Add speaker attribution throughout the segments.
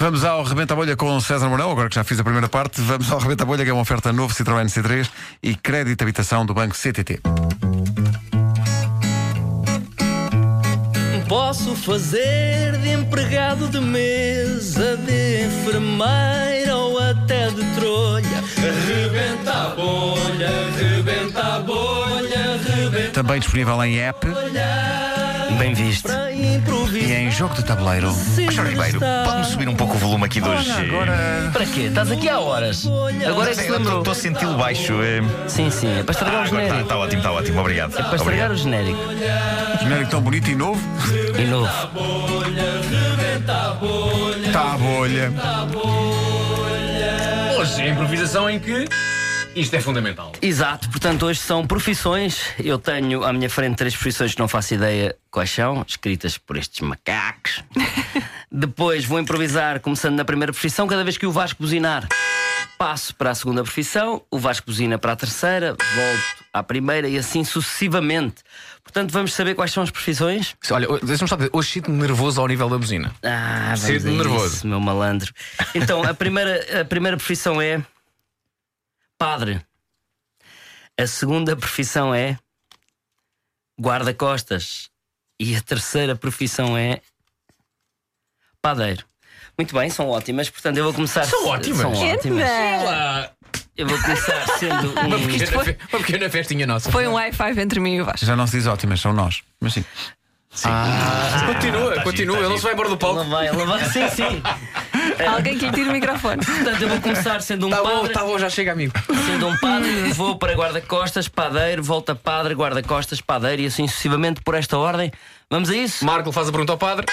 Speaker 1: Vamos ao Rebenta a Bolha com César Mourão. Agora que já fiz a primeira parte, vamos ao Rebenta a Bolha, que é uma oferta novo Citroën C3 e crédito de habitação do Banco CTT.
Speaker 2: Posso fazer de empregado de mesa, de enfermeira ou até de trolha. Rebenta a bolha, rebenta a bolha, rebenta.
Speaker 1: Também disponível em app
Speaker 3: Bem visto.
Speaker 1: e em jogo de tabuleiro.
Speaker 3: Sr. Ribeiro, pode-me subir um pouco o volume aqui de hoje?
Speaker 1: Agora.
Speaker 3: Para quê? Estás aqui há horas. Agora é que se lembrou.
Speaker 4: Estou a senti-lo baixo.
Speaker 3: Sim, sim. É para estragar o genérico.
Speaker 4: Está ótimo, obrigado.
Speaker 3: É para estragar o genérico.
Speaker 1: Genérico tão bonito e novo.
Speaker 3: E novo.
Speaker 1: Está a bolha.
Speaker 5: Hoje é a improvisação em que isto é fundamental.
Speaker 3: Exato, portanto, hoje são profissões. Eu tenho à minha frente 3 profissões que não faço ideia quais são, escritas por estes macacos. Depois vou improvisar, começando na primeira profissão. Cada vez que o Vasco buzinar, passo para a segunda profissão. O Vasco buzina para a terceira, volto à primeira e assim sucessivamente. Portanto, vamos saber quais são as profissões.
Speaker 5: Olha, deixa-me só dizer, hoje sinto-me nervoso ao nível da buzina.
Speaker 3: Vamos
Speaker 5: Sinto-me
Speaker 3: a
Speaker 5: nervoso.
Speaker 3: isso, meu malandro. Então, a primeira profissão é padre. A segunda profissão é guarda-costas. E a terceira profissão é padeiro. Muito bem, são ótimas. Portanto, eu vou começar.
Speaker 5: São ótimas?
Speaker 3: São ótimas.
Speaker 5: Ela...
Speaker 3: Eu vou começar sendo
Speaker 5: Uma pequena festinha nossa.
Speaker 6: Foi um high five entre mim e o Vasco.
Speaker 1: Já não se diz ótimas, são nós. Mas sim.
Speaker 5: Continua, ele não se vai embora do palco.
Speaker 3: Ela vai. Sim, sim.
Speaker 6: Alguém que lhe tire o microfone.
Speaker 3: Portanto, eu vou começar sendo um padre.
Speaker 5: Tá bom, já chega, amigo.
Speaker 3: Sendo um padre, vou para guarda-costas, padeiro, volta padre, guarda-costas, padeiro e assim sucessivamente por esta ordem. Vamos a isso?
Speaker 5: Marco faz a pergunta ao padre.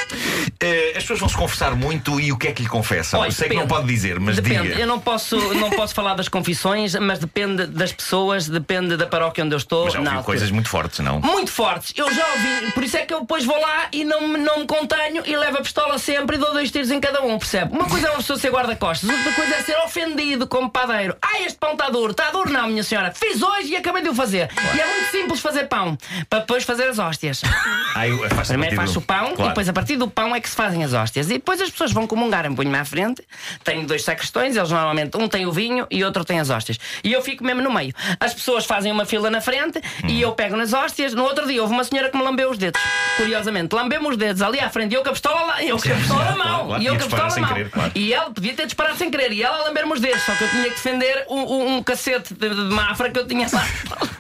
Speaker 4: As pessoas vão se confessar muito e o que é que lhe confessam?
Speaker 3: Olha,
Speaker 4: Eu sei que não pode dizer, mas
Speaker 3: depende.
Speaker 4: diga.
Speaker 3: Eu não posso falar das confissões, mas depende das pessoas, depende da paróquia onde eu estou.
Speaker 4: Mas já ouviu coisas muito fortes, não?
Speaker 3: Muito fortes, eu já ouvi, por isso é que eu depois vou lá e não me contenho e levo a pistola sempre e dou 2 tiros em cada um, percebe? Uma coisa é uma pessoa ser guarda-costas, outra coisa é ser ofendido como padeiro. Este pão está duro não, minha senhora, fiz hoje e acabei de o fazer. E é muito simples fazer pão, para depois fazer as hóstias. Primeiro faz o pão e depois a partir do pão é que se fazem as hóstias. E depois as pessoas vão comungar, punho-me à frente. Tenho 2 sacristões, eles normalmente um tem o vinho e outro tem as hóstias. E eu fico mesmo no meio. As pessoas fazem uma fila na frente e eu pego nas hóstias. No outro dia houve uma senhora que me lambeu os dedos. Curiosamente, lambeu-me os dedos ali à frente e eu com a pistola lá, eu com a pistola na mão. E eu com a pistola na mão. E ela podia ter disparado sem querer. E ela a lamber-me os dedos. Só que eu tinha que defender um cacete de mafra que eu tinha lá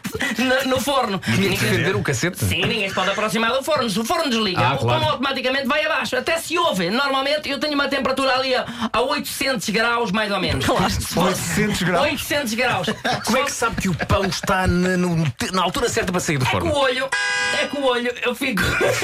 Speaker 3: no forno.
Speaker 5: Tinha que defender um cacete?
Speaker 3: Sim, ninguém se pode aproximar do forno. Se o forno desliga, o pão automaticamente vai abaixo. Até se ouve. Normalmente eu tenho uma temperatura ali a 800 graus, mais ou menos.
Speaker 1: 800 graus?
Speaker 3: 800 graus.
Speaker 5: Como é que sabe que o pão está na altura certa para sair do forno?
Speaker 3: É com o olho, eu fico.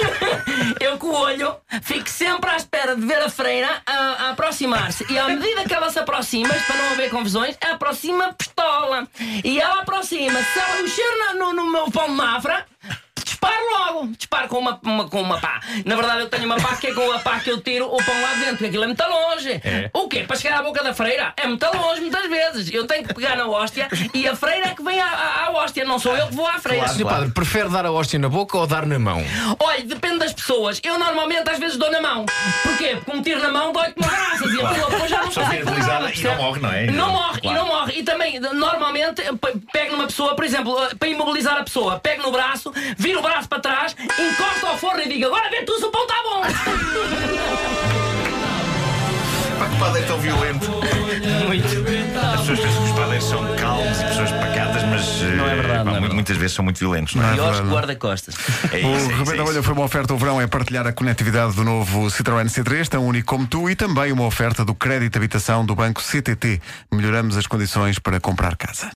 Speaker 3: Eu com o olho fico sempre à espera de ver a freira a aproximar-se. E à medida que ela se aproxima, para não haver confusões, aproxima a pistola. E ela aproxima-se. Se ela mexer no meu pão de mafra, disparo logo. Disparo com uma pá. Na verdade, eu tenho uma pá que é com a pá que eu tiro o pão lá dentro, porque aquilo é muito longe.
Speaker 5: É.
Speaker 3: O quê? Para chegar à boca da freira? É muito longe, muitas vezes. Eu tenho que pegar na hóstia e a freira é que vem à hóstia, não sou eu que vou à freira.
Speaker 5: Sr. Padre, prefere dar a hóstia na boca ou dar na mão?
Speaker 3: Olha, depende das pessoas. Eu normalmente às vezes dou na mão. Porquê? Porque um tiro na mão dói-te uma graças e a pessoa depois já não
Speaker 4: Só
Speaker 3: consegue
Speaker 4: fica deslizada
Speaker 3: parar,
Speaker 4: e não morre, não é?
Speaker 3: Não morre,
Speaker 4: Claro.
Speaker 3: e não morre. E também, normalmente, pego numa pessoa, por exemplo, para imobilizar a pessoa, pego no braço, viro o braço para trás, encosto ao forno e digo: agora vê tu se o pão está bom.
Speaker 4: Pá, que padeiro tão violento.
Speaker 3: Muito.
Speaker 4: As pessoas pensam que os padeiros são calmos e pessoas pacatas, mas
Speaker 3: Não é verdade, não é verdade.
Speaker 4: muitas vezes são muito violentos, não é?
Speaker 3: Piores que guarda-costas.
Speaker 4: É isso,
Speaker 1: O Rebenta a Bolha foi uma oferta. O verão é partilhar a conectividade do novo Citroën C3, tão único como tu, e também uma oferta do crédito de habitação do Banco CTT. Melhoramos as condições para comprar casa.